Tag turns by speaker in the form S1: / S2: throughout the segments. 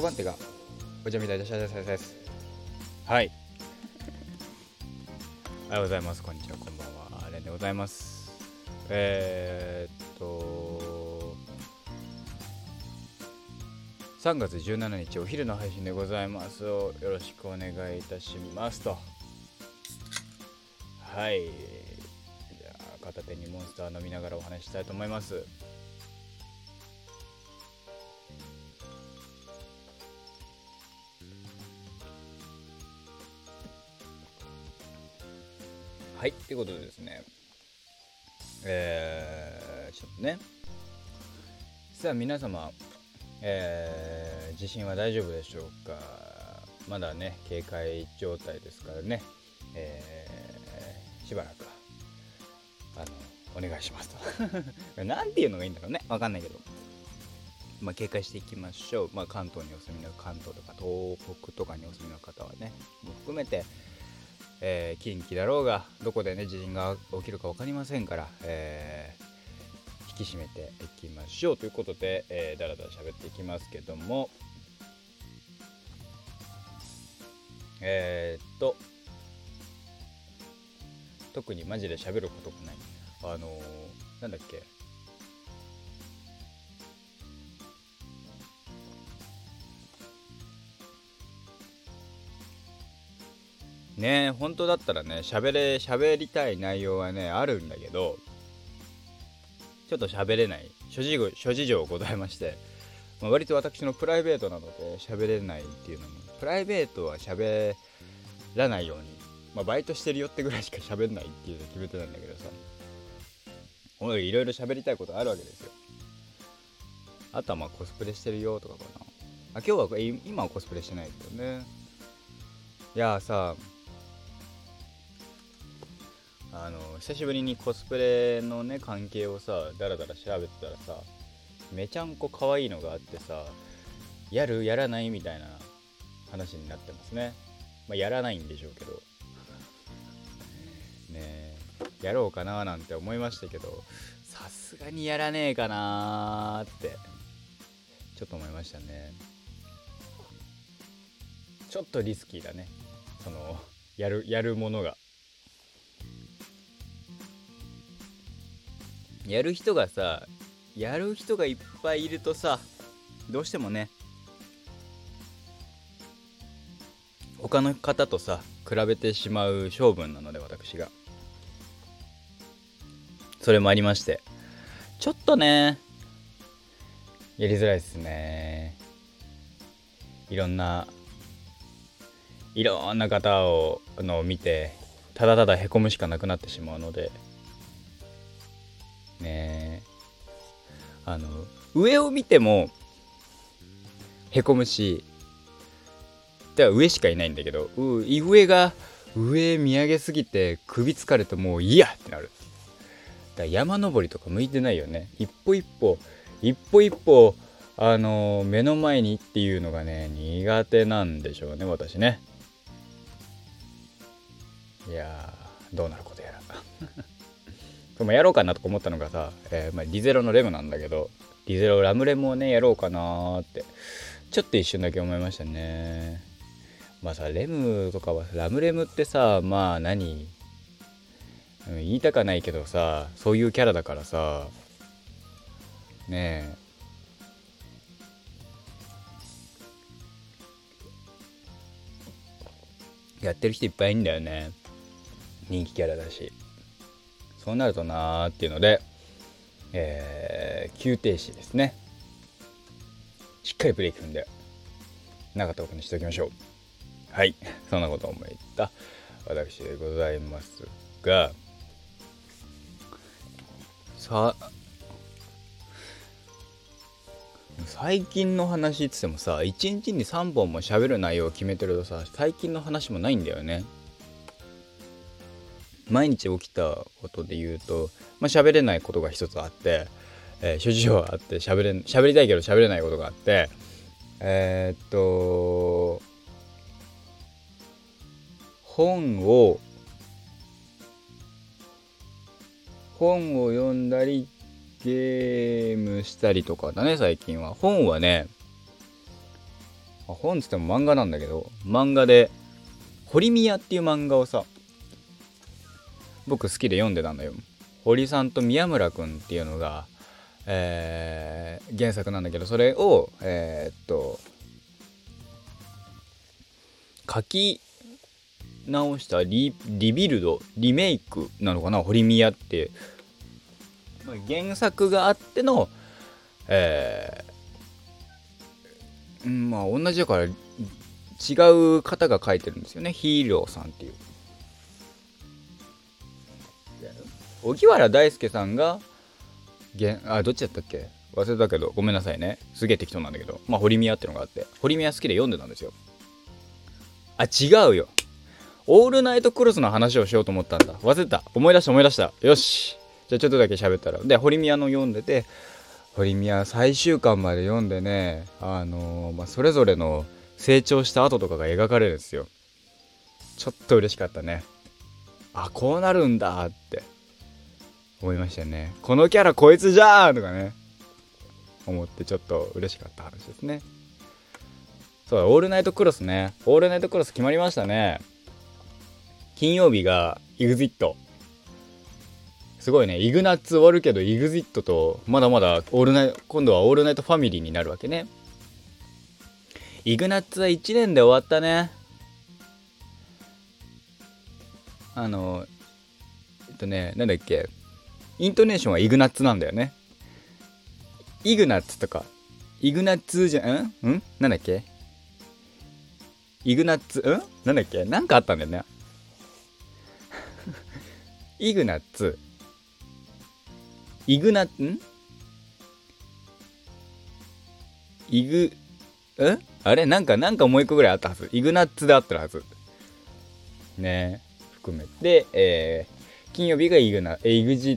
S1: 5番手がお茶みたいでしゃです。はい、おはようございます。こんにちは、こんばんは。レンでございます。3月17日お昼の配信でございます。よろしくお願いいたしますと。はい、じゃあ片手にモンスター飲みながらお話ししたいと思います。はい、ということでですね、ちょっとね、さあ皆様、地震は大丈夫でしょうか。まだね、警戒状態ですからね、しばらくお願いしますとなんていうのがいいんだろうね、わかんないけど、警戒していきましょう。関東にお住みの、関東とか東北とかにお住みの方はね、も含めて、近畿だろうがどこでね地震が起きるか分かりませんから、引き締めていきましょうということで、だらだら喋っていきますけども、特にマジで喋ることがない。なんだっけ、ねえ、本当だったらね、喋りたい内容はねあるんだけど、ちょっと喋れない諸事情ございまして、割と私のプライベートなので喋れないっていうのも、プライベートは喋らないように、バイトしてるよってぐらいしか喋んないっていうの決めてたんだけどさ、いろいろ喋りたいことあるわけですよ。あとはコスプレしてるよとかかな。今はコスプレしてないけどね。いやさ、久しぶりにコスプレのね関係をさだらだら調べてたらさ、めちゃんこ可愛いのがあってさ、やらないみたいな話になってますね。やらないんでしょうけどね、やろうかななんて思いましたけど、さすがにやらねえかなってちょっと思いましたね。ちょっとリスキーだね、そのやるものが。やる人がいっぱいいるとさ、どうしてもね他の方とさ比べてしまう性分なので、私がそれもありまして、ちょっとねやりづらいですね。いろんな方を見てただただへこむしかなくなってしまうのでね。上を見てもへこむし、では上しかいないんだけど、上見上げすぎて首疲れてもういいやってなる。だから山登りとか向いてないよね。一歩一歩目の前にっていうのがね苦手なんでしょうね、私ね。いやー、どうなることやらやろうかなとか思ったのがさ、リゼロのレムなんだけど、リゼロラムレムをねやろうかなーってちょっと一瞬だけ思いましたね。レムとかはラムレムってさ、言いたかないけどさ、そういうキャラだからさねやってる人いっぱいいんだよね、人気キャラだし。そうなるとなーっていうので、急停止ですね。しっかりブレーキ踏んでなかったことにしておきましょう。はい、そんなことを思った私でございますが、最近の話って言ってもさ、1日に3本も喋る内容を決めてるとさ、最近の話もないんだよね。毎日起きたことで言うと、喋れないことが一つあって、諸事情があって喋りたいけど喋れないことがあって、本を読んだりゲームしたりとかだね。最近は本はね本つっても漫画なんだけど、漫画で堀宮っていう漫画をさ、僕好きで読んでたんだよ。堀さんと宮村くんっていうのが、原作なんだけど、それを書き直したリビルドリメイクなのかな、堀宮って、原作があってのまあ同じだから違う方が書いてるんですよね。ヒーローさんっていう、荻原大輔さんがどっちだったっけ忘れたけど、ごめんなさいね、すげえ適当なんだけど、まあ堀宮ってのがあって、堀宮好きで読んでたんですよ。違うよ、オールナイトクロスの話をしようと思ったんだ。忘れた。思い出した。よし、じゃあちょっとだけ喋ったら、で堀宮の読んでて、堀宮最終巻まで読んでね、それぞれの成長した後とかが描かれるんですよ。ちょっと嬉しかったね。こうなるんだって思いましたね。このキャラこいつじゃーんとかね思って、ちょっと嬉しかった話ですね。そうだ、オールナイトクロスね。オールナイトクロス決まりましたね。金曜日が EXIT、 すごいね。イグナッツ終わるけど EXIT とまだまだ今度はオールナイトファミリーになるわけね。イグナッツは1年で終わったね。なんだっけ、イントネーションはイグナッツなんだよね。イグナッツとかイグナッツじゃなんだっけ、イグナッツなんだっけ、なんかあったんだよね。イグナッツイグナイグあれなんかもう一個ぐらいあったはず。イグナッツであったはずね、含めて、金曜日がEXIT、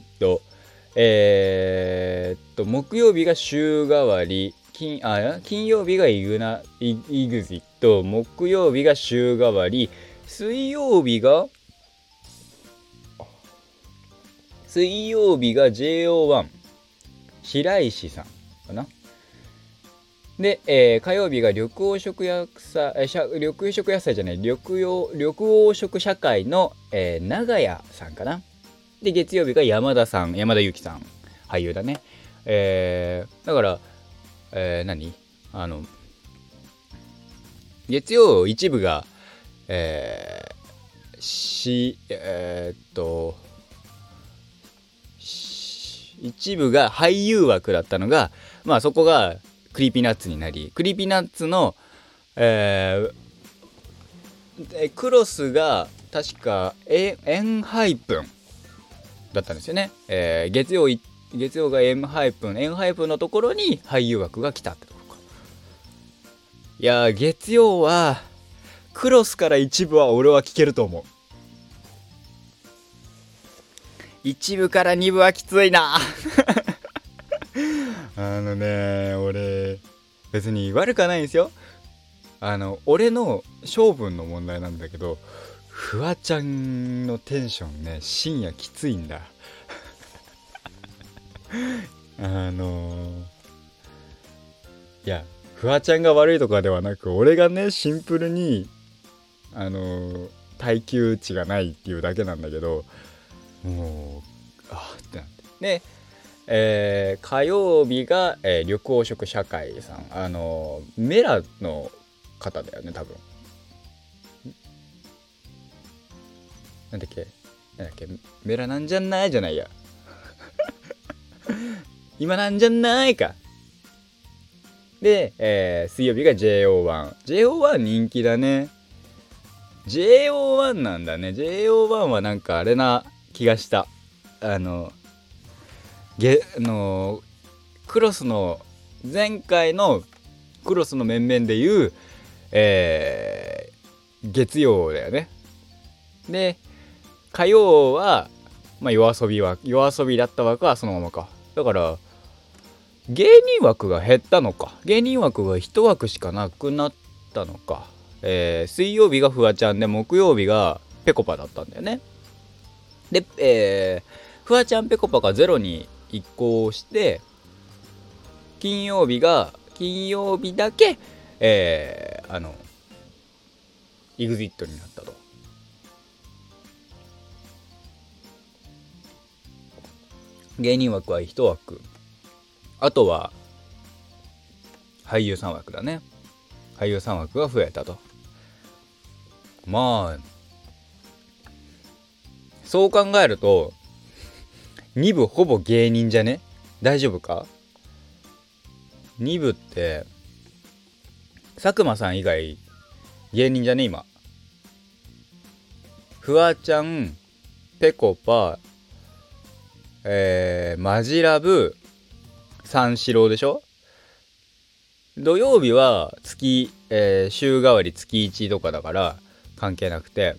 S1: 木曜日が週替わり、金曜日がEXIT、木曜日が週替わり、水曜日が JO1 白石さんかな。で、火曜日が緑黄色野菜じゃない、緑黄色社会の、長屋さんかな。で、月曜日が山田裕貴さん、俳優だね。だから、月曜一部が、一部が俳優枠だったのが、まあそこがクリーピーナッツになり、クリーピーナッツの、クロスが確かエンハイプンだったんですよね。月曜がエンハイプンのところに俳優枠が来たってところか。いやー、月曜はクロスから一部は俺は聞けると思う。一部から二部はきついな。俺別に悪くはないんですよ。俺の性分の問題なんだけど、フワちゃんのテンションね、深夜きついんだ。いや、フワちゃんが悪いとかではなく、俺がねシンプルに耐久値がないっていうだけなんだけど、もうってなって。で、火曜日が、緑黄色社会さん、メラの方だよね、多分。なんだっけメラなんじゃないじゃないや。今なんじゃないか。で、水曜日が JO1 人気だね。JO1 なんだね。JO1 はなんかあれな気がした。クロスの前回のクロスの面々でいう、月曜だよね。で、火曜は、まあ、夜遊びだった枠はそのままか。だから芸人枠が減ったのか、芸人枠が1枠しかなくなったのか。水曜日がフワちゃんで、木曜日がペコパだったんだよね。で、フワちゃんペコパがゼロに移行して、金曜日だけ、 エグジットになったと。芸人枠は1枠、あとは俳優さん枠だね。俳優さん枠が増えたと。まあそう考えると2部ほぼ芸人じゃね？大丈夫か？2部って佐久間さん以外芸人じゃね？今フワちゃん、ぺこぱ、マジラブ、三四郎でしょ。土曜日は月、週替わり月1とかだから関係なくて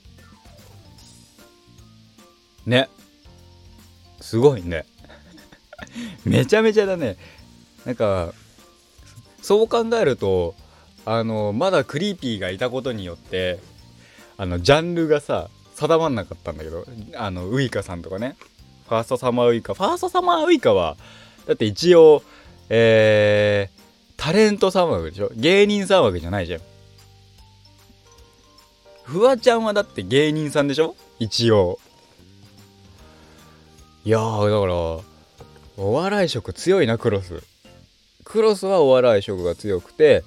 S1: ね、すごいねめちゃめちゃだね。なんかそう考えるとまだクリーピーがいたことによってジャンルがさ定まんなかったんだけど、ウイカさんとかね、ファーストサマーウイカはだって一応タレントさん枠でしょ、芸人さん枠じゃないじゃん。フワちゃんはだって芸人さんでしょ一応。いやーだからお笑い色強いな。クロスはお笑い色が強くて、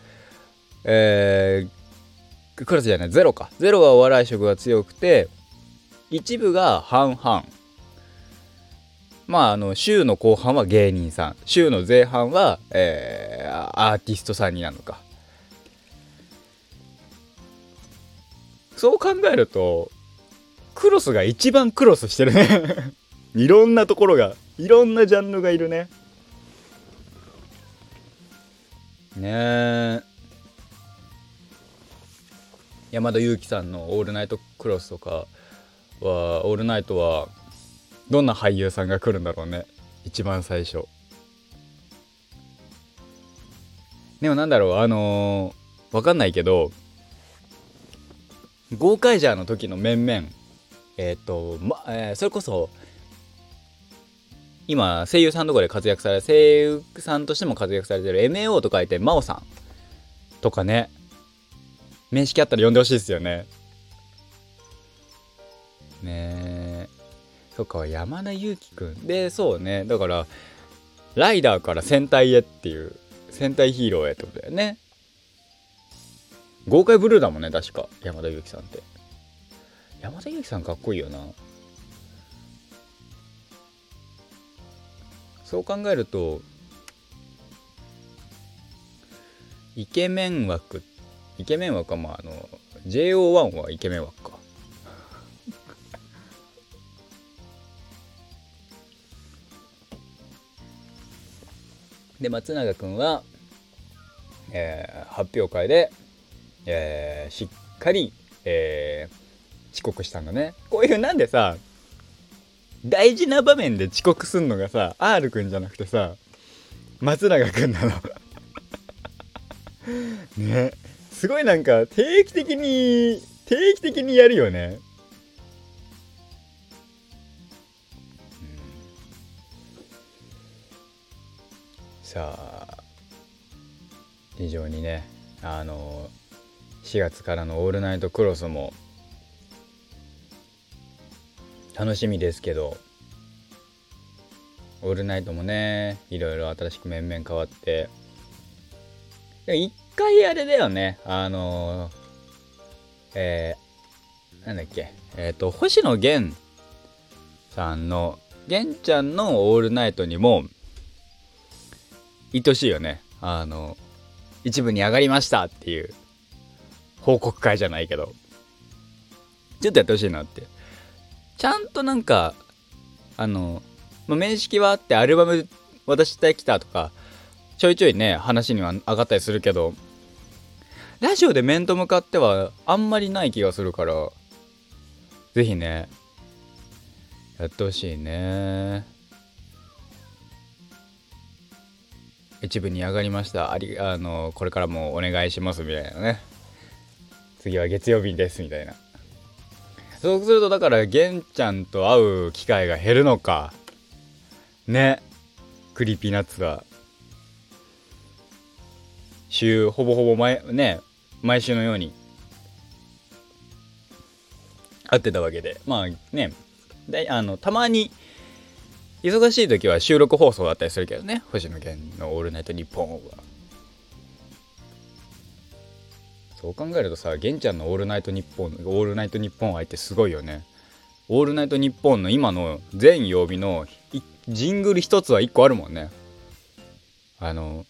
S1: クロスじゃない、ゼロはお笑い色が強くて、一部が半々。まあ週の後半は芸人さん、週の前半は、アーティストさんになるのか。そう考えるとクロスが一番クロスしてるねいろんなところが、いろんなジャンルがいるね。ねえ、山田裕貴さんのオールナイトクロスとかは、オールナイトはどんな俳優さんが来るんだろうね、一番最初。でもなんだろう、わかんないけど、ゴーカイジャーの時の面々、それこそ今声優さんとかで活躍され、声優さんとしても活躍されてる MAO と書いて真央さんとかね、面識あったら呼んでほしいですよね。ねえ、そっか、山田裕貴くんで、そうね、だからライダーから戦隊へっていう、戦隊ヒーローへってことだよね。豪快ブルーだもんね、確か山田裕貴さんって。山田裕貴さんかっこいいよな。そう考えるとイケメン枠はまあJO1 はイケメン枠かで松永くんは、発表会で、しっかり、遅刻したんだね。こういうなんでさ、大事な場面で遅刻すんのがさ R くんじゃなくてさ松永くんなのね、すごいなんか定期的にやるよね。さあ非常にね、4月からのオールナイトクロスも楽しみですけど、オールナイトもね、いろいろ新しく面々変わって、一回あれだよね、なんだっけ、星野源さんの源ちゃんのオールナイトにも愛しいよね。一部に上がりましたっていう報告会じゃないけど、ちょっとやってほしいなって。ちゃんとなんか面識はあってアルバム渡してきたとかちょいちょいね話には上がったりするけど、ラジオで面と向かってはあんまりない気がするから、ぜひねやってほしいね。一部に上がりました、これからもお願いしますみたいなね、次は月曜日ですみたいな。そうするとだから玄ちゃんと会う機会が減るのかね。クリーピーナッツは週ほぼほぼ前ね毎週のように会ってたわけで、まあね、たまに忙しい時は収録放送だったりするけどね、星野源のオールナイトニッポンは。そう考えるとさ、源ちゃんのオールナイトニッポン愛ってすごいよね。オールナイトニッポンの今の全曜日のジングル一つは一個あるもんね。オー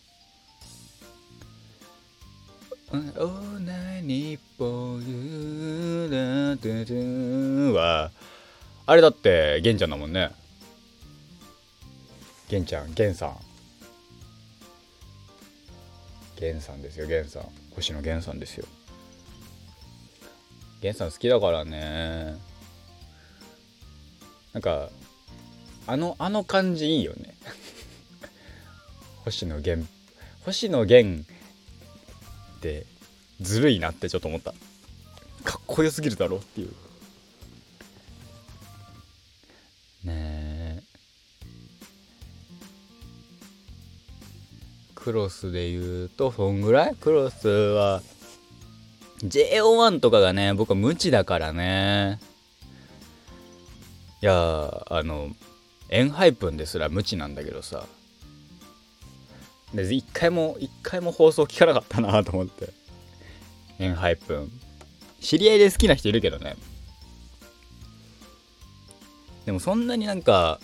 S1: ナイニッポンはあれだって源ちゃんだもんね。源さんですよ。源さん、星野源さんですよ。源さん好きだからね。なんかあの感じいいよね。星野源ってずるいなってちょっと思った。かっこよすぎるだろっていうね。えクロスで言うとそんぐらい。クロスは JO1 とかがね、僕は無知だからね。いやエンハイプンですら無知なんだけどさ、で一回も放送聞かなかったなと思って。エンハイプン知り合いで好きな人いるけどね。でもそんなになんか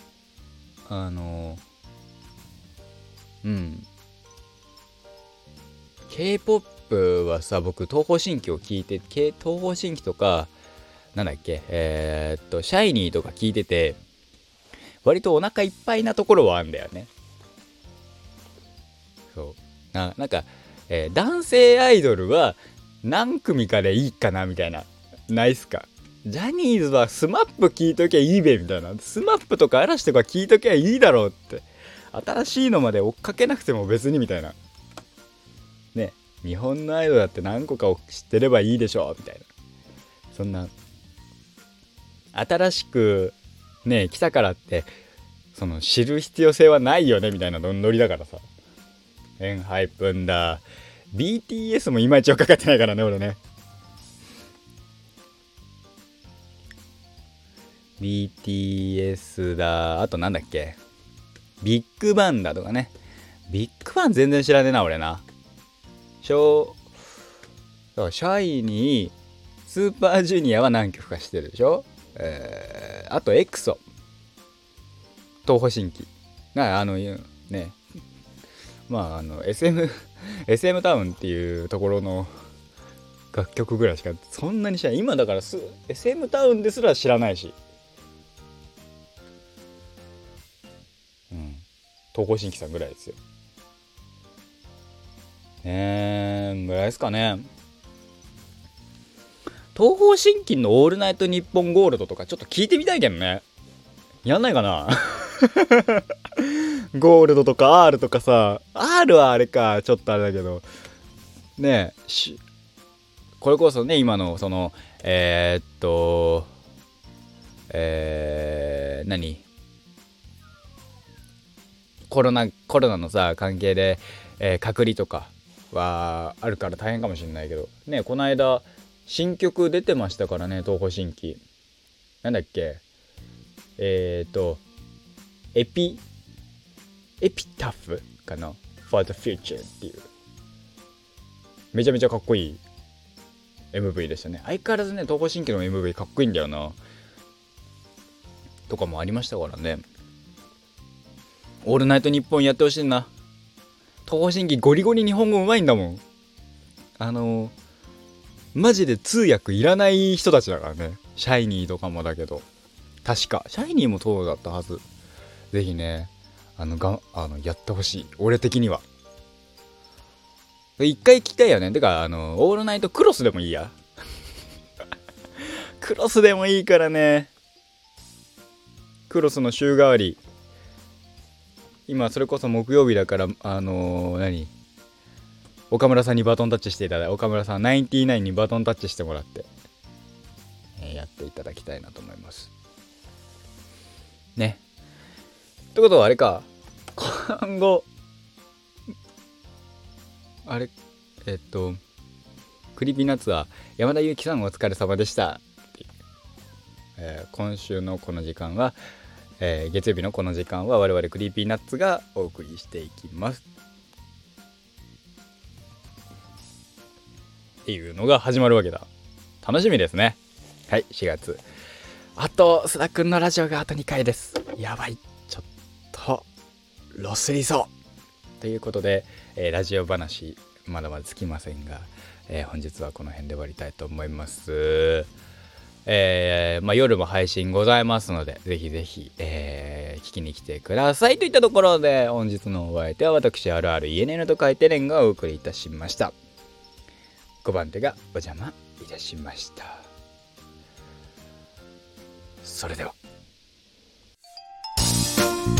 S1: K-POP はさ、僕東方神起を聞いて、東方神起とかなんだっけ、シャイニーとか聞いてて、割とお腹いっぱいなところはあるんだよね。そうなんか、男性アイドルは何組かでいいかなみたいな、ないっすか。ジャニーズはスマップ聞いときゃいいべみたいな、スマップとか嵐とか聞いときゃいいだろうって、新しいのまで追っかけなくても別にみたいなね。日本のアイドルだって何個かを知ってればいいでしょみたいな、そんな新しくね来たからってその知る必要性はないよねみたいなノリだからさ。エンハイプンだ BTS もいまいちはかかってないからね俺ね。 BTS だ、あとなんだっけ、ビッグバンだとかね。ビッグバン全然知らねえな俺な。シャイニー、スーパージュニアは何曲か知ってるでしょ。あとエクソ、東方神起ね、まあSM タウンっていうところの楽曲ぐらいしかそんなに知らない。今だから SM タウンですら知らないし、東方神起さんぐらいですよ。ぐらいですかね。東方神起のオールナイトニッポンゴールドとかちょっと聞いてみたいけどね。やんないかな。ゴールドとか R とかさ、 R はあれか、ちょっとあれだけどねえ、これこそね今のその何コロナのさ関係で、隔離とかはあるから大変かもしれないけどね。この間新曲出てましたからね、東方神起。なんだっけ、エピタフかな、 For the Future っていうめちゃめちゃかっこいい MV でしたね。相変わらずね東方神起の MV かっこいいんだよなとかもありましたからね。オールナイトニッポンやってほしいな。東方神起ゴリゴリ日本語うまいんだもん。マジで通訳いらない人たちだからね。シャイニーとかもだけど、確かシャイニーもそうだったはず。ぜひねやってほしい、俺的には。一回聞きたいよね。てかオールナイトクロスでもいいや。クロスでもいいからね。クロスの週替わり、今それこそ木曜日だから岡村さんにバトンタッチしていただいて、岡村さん99にバトンタッチしてもらって、やっていただきたいなと思いますね。ってことはあれか、今後あれクリーピーナッツは山田裕貴さんお疲れ様でした。今週のこの時間は、月曜日のこの時間は我々クリーピーナッツがお送りしていきますっていうのが始まるわけだ。楽しみですね。はい、4月。あと須田くんのラジオがあと2回です。やばい、ちょっとロスりそうということで、ラジオ話まだまだつきませんが、本日はこの辺で終わりたいと思います。夜も配信ございますので、ぜひぜひ、聞きに来てくださいといったところで、本日のお相手は私RRENNと書いてレンがお送りいたしました。5番手がお邪魔いたしました。それでは。